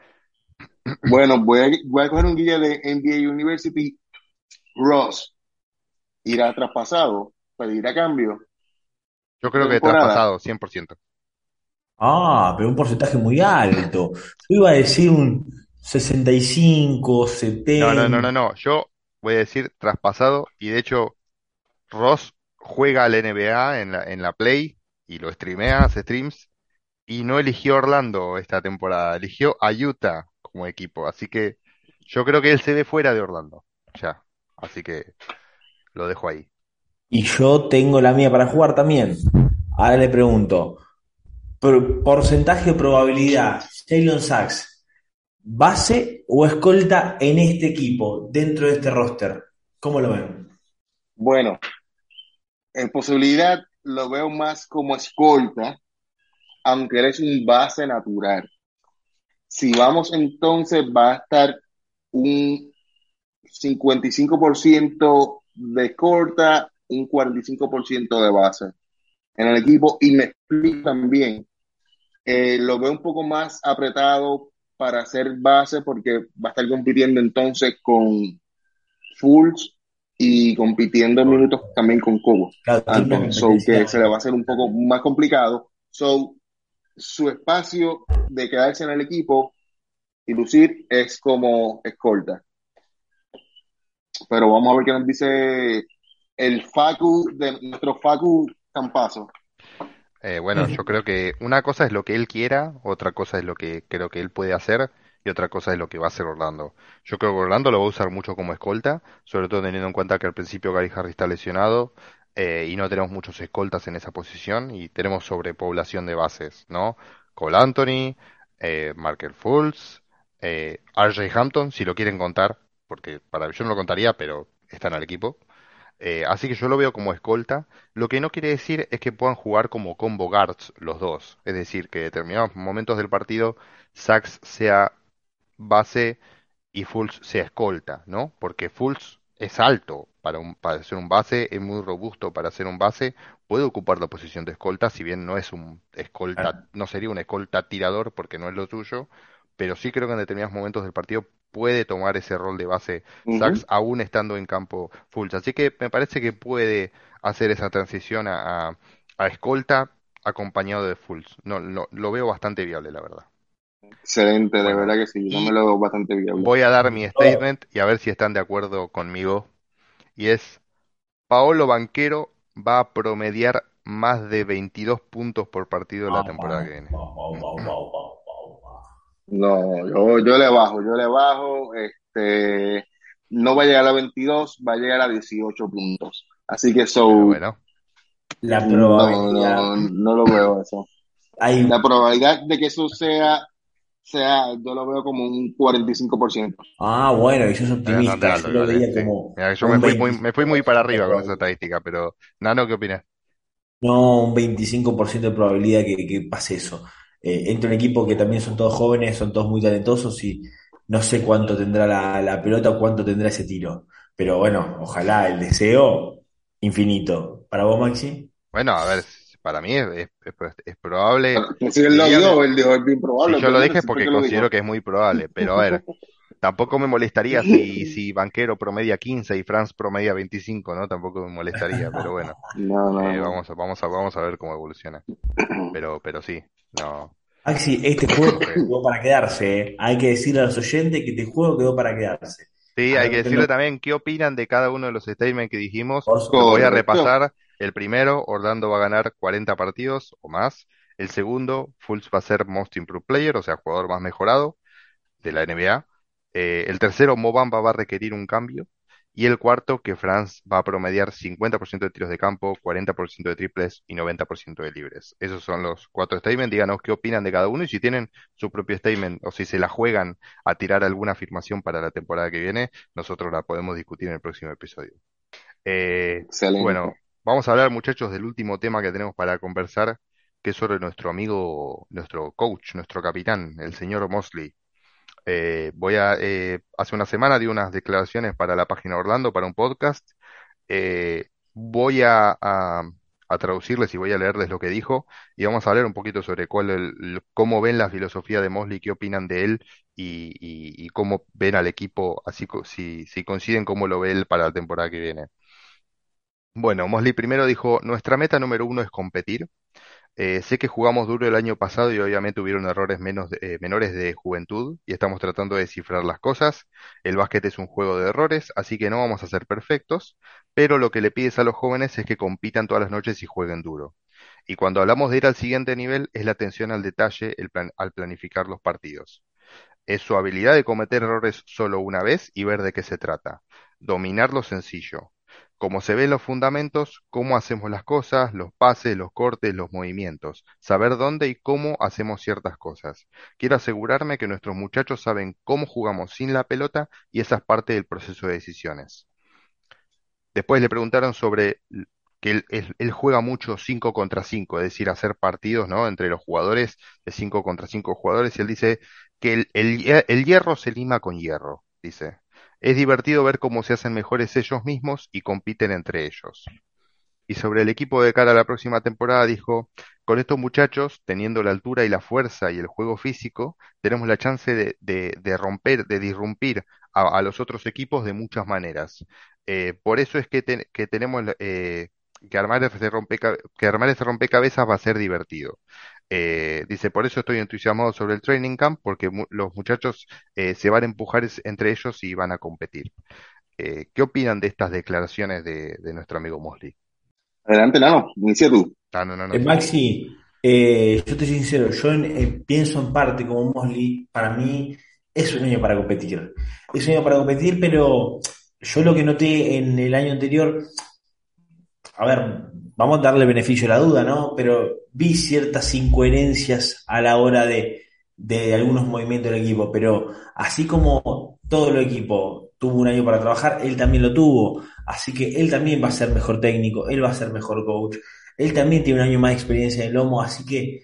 Bueno, voy a, voy a coger un guía de N B A University. Ross irá traspasado, pedirá cambio yo esta creo que temporada. traspasado, cien por ciento. Ah, pero un porcentaje muy alto. Yo iba a decir un sesenta y cinco, No, no, no, setenta. no, no. Yo voy a decir traspasado y de hecho Ross juega al N B A en la, en la Play y lo streamea, hace streams y no eligió Orlando esta temporada, eligió a Utah como equipo. Así que yo creo que él se ve fuera de Orlando. Ya. Así que lo dejo ahí. Y yo tengo la mía para jugar también. Ahora le pregunto, por- porcentaje de probabilidad, Jalen Sachs, ¿base o escolta en este equipo, dentro de este roster? ¿Cómo lo ven? Bueno, en posibilidad lo veo más como escolta, aunque él es un base natural. Si vamos entonces, va a estar un cincuenta y cinco por ciento de corta, un cuarenta y cinco por ciento de base en el equipo. Y me explico también, eh, lo veo un poco más apretado para hacer base porque va a estar compitiendo entonces con Fultz y compitiendo en minutos también con Cobo Claro, tiene una Anthony. So competencia. que se le va a hacer un poco más complicado. So su espacio de quedarse en el equipo y lucir es como escolta. Pero vamos a ver qué nos dice el Facu, de nuestro Facu Campazo. Eh, bueno, yo creo que una cosa es lo que él quiera, otra cosa es lo que creo que él puede hacer y otra cosa es lo que va a hacer Orlando. Yo creo que Orlando lo va a usar mucho como escolta, sobre todo teniendo en cuenta que al principio Gary Harris está lesionado eh, y no tenemos muchos escoltas en esa posición y tenemos sobrepoblación de bases, ¿no? Cole Anthony, eh, Markel Fultz, eh, R J Hampton, si lo quieren contar, porque para yo no lo contaría, pero están al equipo. Eh, así que yo lo veo como escolta. Lo que no quiere decir es que puedan jugar como combo guards los dos. Es decir, que en determinados momentos del partido Sachs sea base y Fultz sea escolta, ¿no? Porque Fultz es alto para, un, para ser un base, es muy robusto para ser un base, puede ocupar la posición de escolta, si bien no es un escolta, no sería un escolta tirador porque no es lo suyo, pero sí creo que en determinados momentos del partido puede tomar ese rol de base Sachs Ujú. aún estando en campo Fultz. Así que me parece que puede hacer esa transición a, a, a escolta acompañado de Fultz. No, lo, lo veo bastante viable, la verdad. Excelente, de Bueno, verdad que sí, yo también y lo veo bastante viable. voy a dar Me mi gustó. statement y a ver si están de acuerdo conmigo. Y es, Paolo Banquero va a promediar más de veintidós puntos por partido la Au, temporada au, que viene. au, au, au, au, au, au, au. No, yo, yo le bajo, yo le bajo, este, no va a llegar a veintidós, va a llegar a dieciocho puntos. Así que Pero so, bueno, La no, probabilidad. no, no lo veo eso. Hay, La probabilidad de que eso sea, sea, yo lo veo como un cuarenta y cinco por ciento. ah, bueno, y sos es bastante optimista. alto Yo lo igual, ¿eh? veía Sí. como Mira, yo me un fui muy, me fui veinticinco muy por para ciento de arriba con esa probabilidad. estadística, pero Nano, ¿qué opinas? No, un veinticinco por ciento de probabilidad que, que pase eso. Eh, entre un equipo que también son todos jóvenes, son todos muy talentosos y no sé cuánto tendrá la, la pelota o cuánto tendrá ese tiro. Pero bueno, ojalá el deseo infinito. ¿Para vos, Maxi? Bueno, a ver, para mí es, es- es- es probable. Pero si él lo Diría, dijo, él dijo, es bien si probable, yo lo obviamente, dije es si fue porque que lo considero dijo. que es muy probable, pero a ver, tampoco me molestaría si, si Banquero promedia quince y Franz promedia veinticinco, ¿no? Tampoco me molestaría, pero bueno, No, no, eh, no. vamos a, vamos a, vamos a ver cómo evoluciona. Pero, pero sí, no, Maxi, este yo juego creo que quedó para quedarse, ¿eh? Hay que decirle a los oyentes que este juego quedó para quedarse. sí, hay que decirle Anótenlo, también qué opinan de cada uno de los statements que dijimos. por Los voy a supuesto. Correcto. repasar. El primero, Orlando va a ganar cuarenta partidos o más. El segundo, Fultz va a ser Most Improved Player, o sea, jugador más mejorado de la N B A. Eh, el tercero, Mo Bamba va a requerir un cambio. Y el cuarto, que Franz va a promediar cincuenta por ciento de tiros de campo, cuarenta por ciento de triples y noventa por ciento de libres. Esos son los cuatro statements. Díganos qué opinan de cada uno y si tienen su propio statement o si se la juegan a tirar alguna afirmación para la temporada que viene, nosotros la podemos discutir en el próximo episodio. Eh, Excelente. bueno, vamos a hablar, muchachos, del último tema que tenemos para conversar, que es sobre nuestro amigo, nuestro coach, nuestro capitán, el señor Mosley. Eh, voy a, eh, hace una semana di unas declaraciones para la página Orlando, para un podcast. Eh, voy a, a- a traducirles y voy a leerles lo que dijo y vamos a hablar un poquito sobre cuál el- cómo ven la filosofía de Mosley, qué opinan de él y, y- y cómo ven al equipo, así co- si, si coinciden cómo lo ve él para la temporada que viene. Bueno, Mosley primero dijo, nuestra meta número uno es competir. Eh, sé que jugamos duro el año pasado y obviamente hubieron errores menos de- eh, menores de juventud y estamos tratando de descifrar las cosas. El básquet es un juego de errores, así que no vamos a ser perfectos, pero lo que le pides a los jóvenes es que compitan todas las noches y jueguen duro. Y cuando hablamos de ir al siguiente nivel, es la atención al detalle el plan- al planificar los partidos. Es su habilidad de cometer errores solo una vez y ver de qué se trata. Dominar lo sencillo. Como se ven los fundamentos, cómo hacemos las cosas, los pases, los cortes, los movimientos. Saber dónde y cómo hacemos ciertas cosas. Quiero asegurarme que nuestros muchachos saben cómo jugamos sin la pelota y esa es parte del proceso de decisiones. Después le preguntaron sobre l- que él, él- él juega mucho cinco contra cinco, es decir, hacer partidos, ¿no? Entre los jugadores de cinco contra cinco jugadores, y él dice que el, el hie- el hierro se lima con hierro, dice. Es divertido ver cómo se hacen mejores ellos mismos y compiten entre ellos. Y sobre el equipo de cara a la próxima temporada dijo, con estos muchachos, teniendo la altura y la fuerza y el juego físico, tenemos la chance de, de- de romper, de disrumpir a, a los otros equipos de muchas maneras. Eh, por eso es que, te- que tenemos eh, que armar ese rompeca- que armar ese rompecabezas va a ser divertido. Eh, dice, por eso estoy entusiasmado sobre el training camp, porque mu- los muchachos eh, se van a empujar es- entre ellos y van a competir. Eh, ¿qué opinan de estas declaraciones de, de nuestro amigo Mosley? Adelante, Nano, inicia tú. Ah, no, no, no, Eh, sí. Maxi, eh, yo te soy sincero, yo eh, pienso en parte como Mosley, para mí es un año para competir. Es un año para competir, pero yo lo que noté en el año anterior, a ver, vamos a darle beneficio a la duda, ¿no? Pero vi ciertas incoherencias a la hora de, de algunos movimientos del equipo, pero así como todo el equipo tuvo un año para trabajar, él también lo tuvo, así que él también va a ser mejor técnico, él va a ser mejor coach, él también tiene un año más de experiencia en el lomo, así que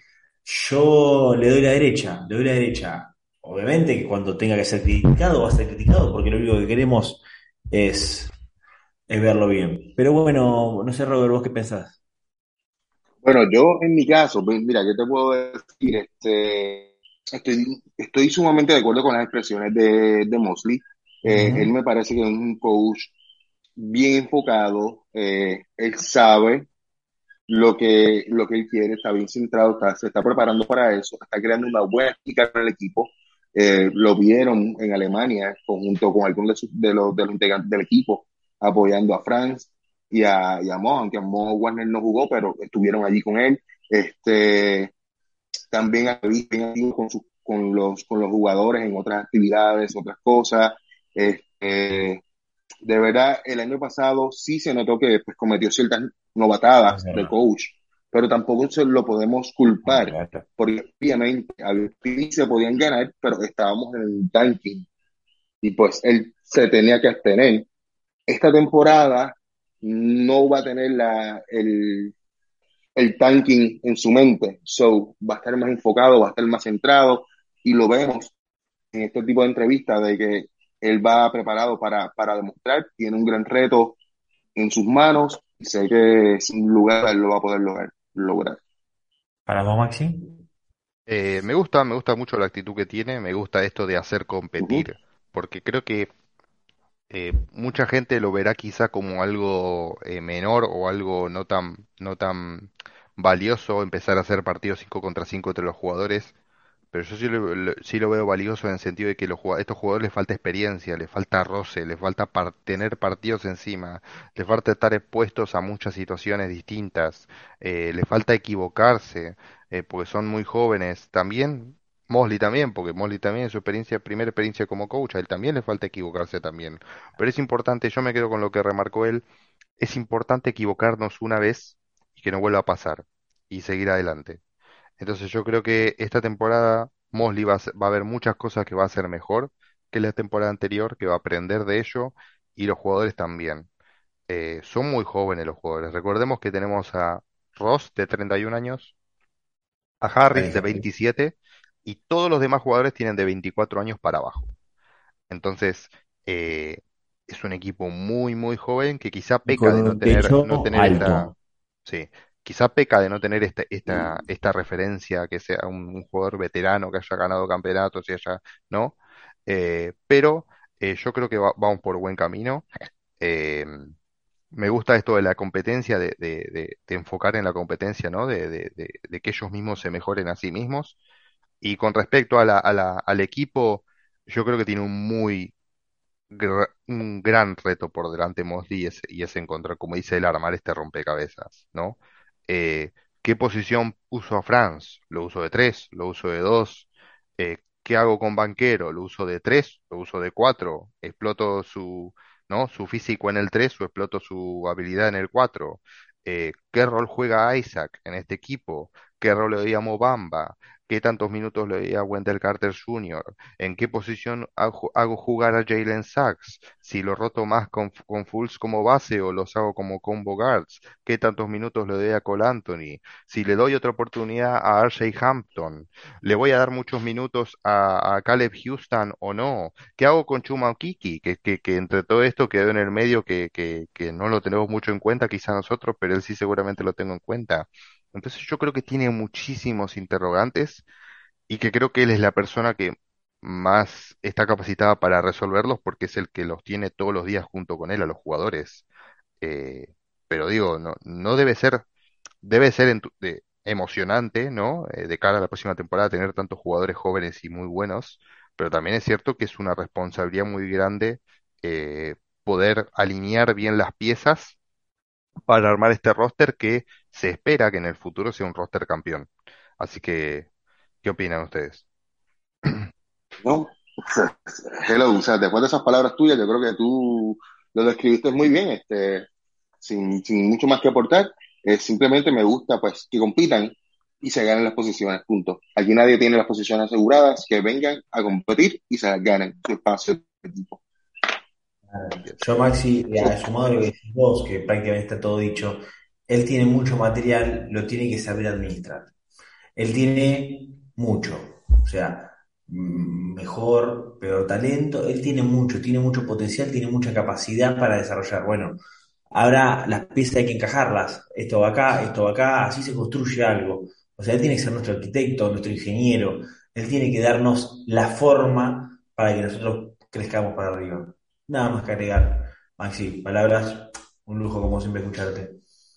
yo le doy la derecha, le doy la derecha. Obviamente que cuando tenga que ser criticado va a ser criticado, porque lo único que queremos es es verlo bien. Pero bueno, no sé, Robert, ¿vos qué pensás? Bueno, yo en mi caso, pues, mira, ¿qué te puedo decir? Este, estoy, estoy sumamente de acuerdo con las expresiones de, de Mosley. Eh, él Ujú. me parece que es un coach bien enfocado, eh, él sabe lo que, lo que él quiere, está bien centrado, está, se está preparando para eso, está creando una buena química con el equipo. Eh, lo vieron en Alemania, conjunto con algunos de, sus- de los, de los integrantes del equipo, apoyando a Franz y a, y a Mo, aunque a Mo Warner no jugó, pero estuvieron allí con él. Este, también ahí, bien activo con, sus- con, los, con los jugadores en otras actividades, otras cosas. Este, de verdad, el año pasado sí se notó que pues, cometió ciertas Es novatadas de verdad. coach, pero tampoco se lo podemos No, culpar, claro. porque obviamente a ver, sí se podían ganar, pero estábamos en el tanking y pues él se tenía que abstener. Esta temporada no va a tener la, el, el tanking en su mente, so va a estar más enfocado, va a estar más centrado y lo vemos en este tipo de entrevistas de que él va preparado para, para demostrar, tiene un gran reto en sus manos y sé que sin lugar él lo va a poder lograr. lograr. ¿Para vos, Maxi? Eh, me gusta, me gusta mucho la actitud que tiene, me gusta esto de hacer Ujú. competir, porque creo que eh, mucha gente lo verá quizá como algo eh, menor o algo no tan, no tan valioso empezar a hacer partidos cinco contra cinco entre los jugadores. Pero yo sí lo, lo- sí lo veo valioso en el sentido de que los, jugad- estos jugadores les falta experiencia, les falta roce, les falta par- tener partidos encima, les falta estar expuestos a muchas situaciones distintas, eh, les falta equivocarse, eh, porque son muy jóvenes. También, Mosley también, porque Mosley también en su experiencia, primera experiencia como coach, a él también le falta equivocarse también. Pero es importante, yo me quedo con lo que remarcó él, es importante equivocarnos una vez y que no vuelva a pasar y seguir adelante. Entonces yo creo que esta temporada Mosley va a, hacer- va a ver muchas cosas que va a hacer mejor que la temporada anterior, que va a aprender de ello y los jugadores también. Eh, son muy jóvenes los jugadores. Recordemos que tenemos a Ross de treinta y un años, a Harris de Fíjate. veintisiete y todos los demás jugadores tienen de veinticuatro años para abajo. Entonces eh, es un equipo muy muy joven que quizá Y peca con de no un tener techo no tener esta. alto. Sí, quizá peca de no tener esta, esta, esta referencia, que sea un, un jugador veterano que haya ganado campeonatos y haya, ¿no? Eh, pero eh, yo creo que va- vamos por buen camino. Eh, Me gusta esto de la competencia, de, de, de- de enfocar en la competencia, ¿no? De, de, de- de que ellos mismos se mejoren a sí mismos. Y con respecto a la, a la, al equipo, yo creo que tiene un muy gra- un gran reto por delante Mosley y es, y es encontrar, como dice él, armar este rompecabezas, ¿no? Eh, ¿Qué posición uso a Franz? ¿Lo uso de tres? ¿Lo uso de dos? Eh, ¿qué hago con Banquero? ¿Lo uso de tres? ¿Lo uso de cuatro? ¿Exploto su, ¿no? su físico en el tres o exploto su habilidad en el cuatro? Eh, ¿qué rol juega Isaac en este equipo? ¿Qué rol le doy a Mobamba? ¿Qué tantos minutos le doy a Wendell Carter junior? ¿En qué posición hago, hago jugar a Jalen Sachs? Si lo roto más con, con Fultz como base o los hago como combo guards. ¿Qué tantos minutos le doy a Cole Anthony? Si le doy otra oportunidad a R J Hampton, ¿le voy a dar muchos minutos a, a Caleb Houston o no? ¿Qué hago con Chuma Okiki? Que, que, que entre todo esto quedó en el medio que, que, que no lo tenemos mucho en cuenta, quizá nosotros, pero él sí seguramente lo tengo en cuenta. Entonces yo creo que tiene muchísimos interrogantes y que creo que él es la persona que más está capacitada para resolverlos porque es el que los tiene todos los días junto con él a los jugadores. Eh, pero digo, no, no debe ser, debe ser en tu- de, emocionante, ¿no? Eh, de cara a la próxima temporada, tener tantos jugadores jóvenes y muy buenos, pero también es cierto que es una responsabilidad muy grande eh, poder alinear bien las piezas para armar este roster que se espera que en el futuro sea un roster campeón. Así que, ¿qué opinan ustedes? ¿no? Hello, o sea, después de esas palabras tuyas, yo creo que tú lo describiste muy bien, este, sin, sin mucho más que aportar. Eh, simplemente me gusta, pues, que compitan y se ganen las posiciones, punto. Aquí nadie tiene las posiciones aseguradas, que vengan a competir y se las ganen su espacio de equipo. Así es. Yo, Maxi, Eso, eh, sumado a lo que decís vos, que prácticamente está todo dicho, él tiene mucho material, lo tiene que saber administrar. Él tiene mucho, o sea, mm, mejor, peor talento, él tiene mucho, tiene mucho potencial, tiene mucha capacidad para desarrollar. Bueno, ahora las piezas hay que encajarlas, esto va acá, esto va acá, así se construye algo. O sea, él tiene que ser nuestro arquitecto, nuestro ingeniero, él tiene que darnos la forma para que nosotros crezcamos para arriba. Nada más que agregar. Maxi, palabras, un lujo como siempre escucharte.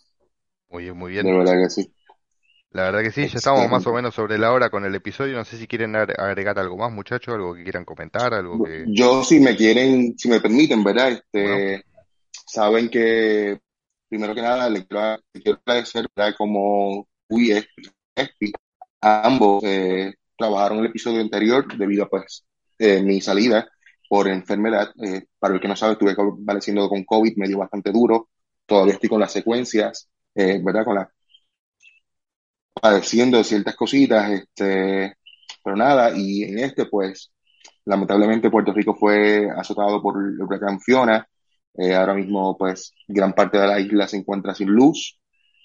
Muy bien, muy de bien. verdad que sí. La verdad que sí, ya estamos más o Excelente. menos sobre la hora con el episodio. No sé si quieren agre- agregar algo más, muchachos, algo que quieran comentar, algo que... Yo, si me quieren, si me permiten, ¿verdad? Bueno, Este, saben que, primero que nada, le quiero, le quiero agradecer, ¿verdad? Como Uy, Espi, Espi, ambos eh, trabajaron el episodio anterior debido a, pues, eh, mi salida por enfermedad. Eh, para el que no sabe, estuve convaleciendo con COVID, me dio bastante duro. Todavía estoy con las secuencias, eh, ¿verdad? Con la, padeciendo de ciertas cositas, este, pero nada, y en este, pues, lamentablemente Puerto Rico fue azotado por el huracán Fiona. Eh, ahora mismo, pues, gran parte de la isla se encuentra sin luz.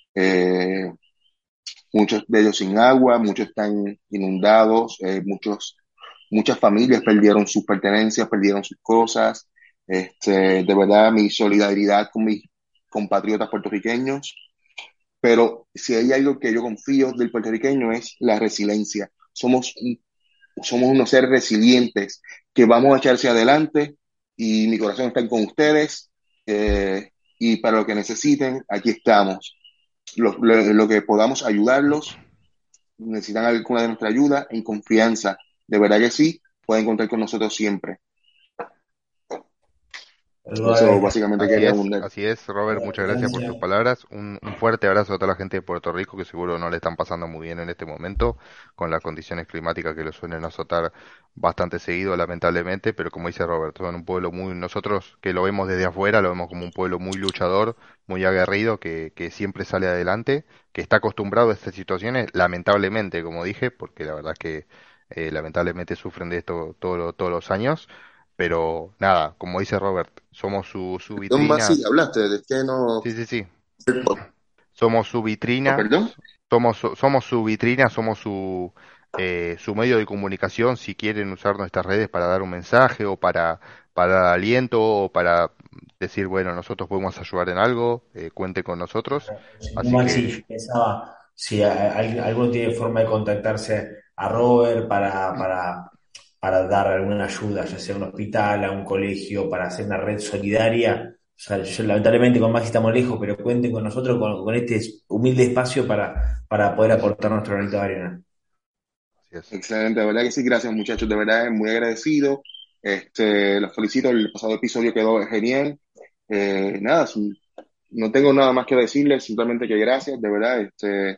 Eh, muchos de ellos sin agua, muchos están inundados, eh, muchos, muchas familias perdieron sus pertenencias, perdieron sus cosas. Este, de verdad, mi solidaridad con mis compatriotas puertorriqueños. Pero si hay algo que yo confío del puertorriqueño es la resiliencia. Somos un somos unos seres resilientes que vamos a echarse adelante y mi corazón está con ustedes eh, y para lo que necesiten, aquí estamos. Lo, lo, lo que podamos ayudarlos, necesitan alguna de nuestra ayuda en confianza. De verdad que sí, pueden contar con nosotros siempre. Saludos a la Eso distancia. básicamente así quería es, abundar. así es, A Robert, la muchas gracias por tus distancia. palabras. Un, un fuerte abrazo a toda la gente de Puerto Rico que seguro no le están pasando muy bien en este momento con las condiciones climáticas que lo suelen azotar bastante seguido, lamentablemente, pero como dice Robert, son un pueblo muy, nosotros que lo vemos desde afuera, lo vemos como un pueblo muy luchador, muy aguerrido, que, que siempre sale adelante, que está acostumbrado a estas situaciones, lamentablemente, como dije, porque la verdad es que eh, lamentablemente sufren de esto todo lo- todos los años. Pero nada, como dice Robert, somos su, su Don vitrina. sí, hablaste de que no. Sí, sí, sí. Somos su Oh, vitrina, perdón. somos, su- somos su vitrina, somos su, eh, su medio de comunicación. Si quieren usar nuestras redes para dar un mensaje o para, para dar aliento o para decir, bueno, nosotros podemos ayudar en algo, eh, cuente con nosotros. Si no, Así Maxi, que yo pensaba si a- al- alguno tiene forma de contactarse a Robert para, para, para dar alguna ayuda, ya sea a un hospital, a un colegio, para hacer una red solidaria. O sea, yo, lamentablemente con Maxi estamos lejos, pero cuenten con nosotros, con, con este humilde espacio para, para poder aportar nuestro granito de arena. así es. Excelente, de verdad que sí, gracias muchachos, de verdad muy agradecido. Este, los felicito, el pasado episodio quedó genial. Eh, nada, sí, no tengo nada más que decirles, simplemente que gracias, de verdad. Este,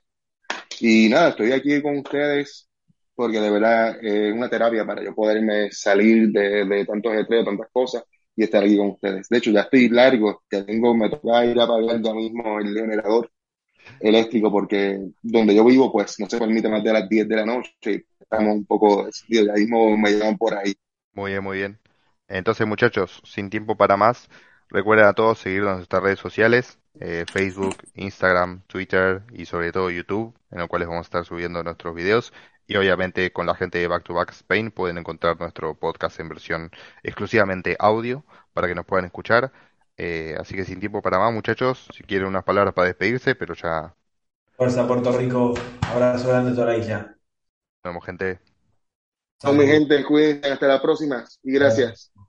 y nada, estoy aquí con ustedes porque de verdad eh, es una terapia para yo poderme salir de, de tantos ajetreos, tantas cosas y estar aquí con ustedes. De hecho, ya estoy largo, ya tengo, me toca ir a apagar ya mismo el generador eléctrico porque donde yo vivo pues no se permite más de las diez de la noche y estamos un poco, ya mismo me llevan por ahí. Muy bien, muy bien. Entonces, muchachos, sin tiempo para más, recuerden a todos seguirnos en nuestras redes sociales, eh, Facebook, Instagram, Twitter y sobre todo YouTube, en los cuales vamos a estar subiendo nuestros videos. Y obviamente con la gente de Back to Back Spain pueden encontrar nuestro podcast en versión exclusivamente audio para que nos puedan escuchar. Eh, así que sin tiempo para más, muchachos, si quieren unas palabras para despedirse, pero ya nos Fuerza Puerto Rico, abrazo grande a toda la isla. vemos, gente. No, mi Salud. gente, cuídense, hasta la próxima y gracias.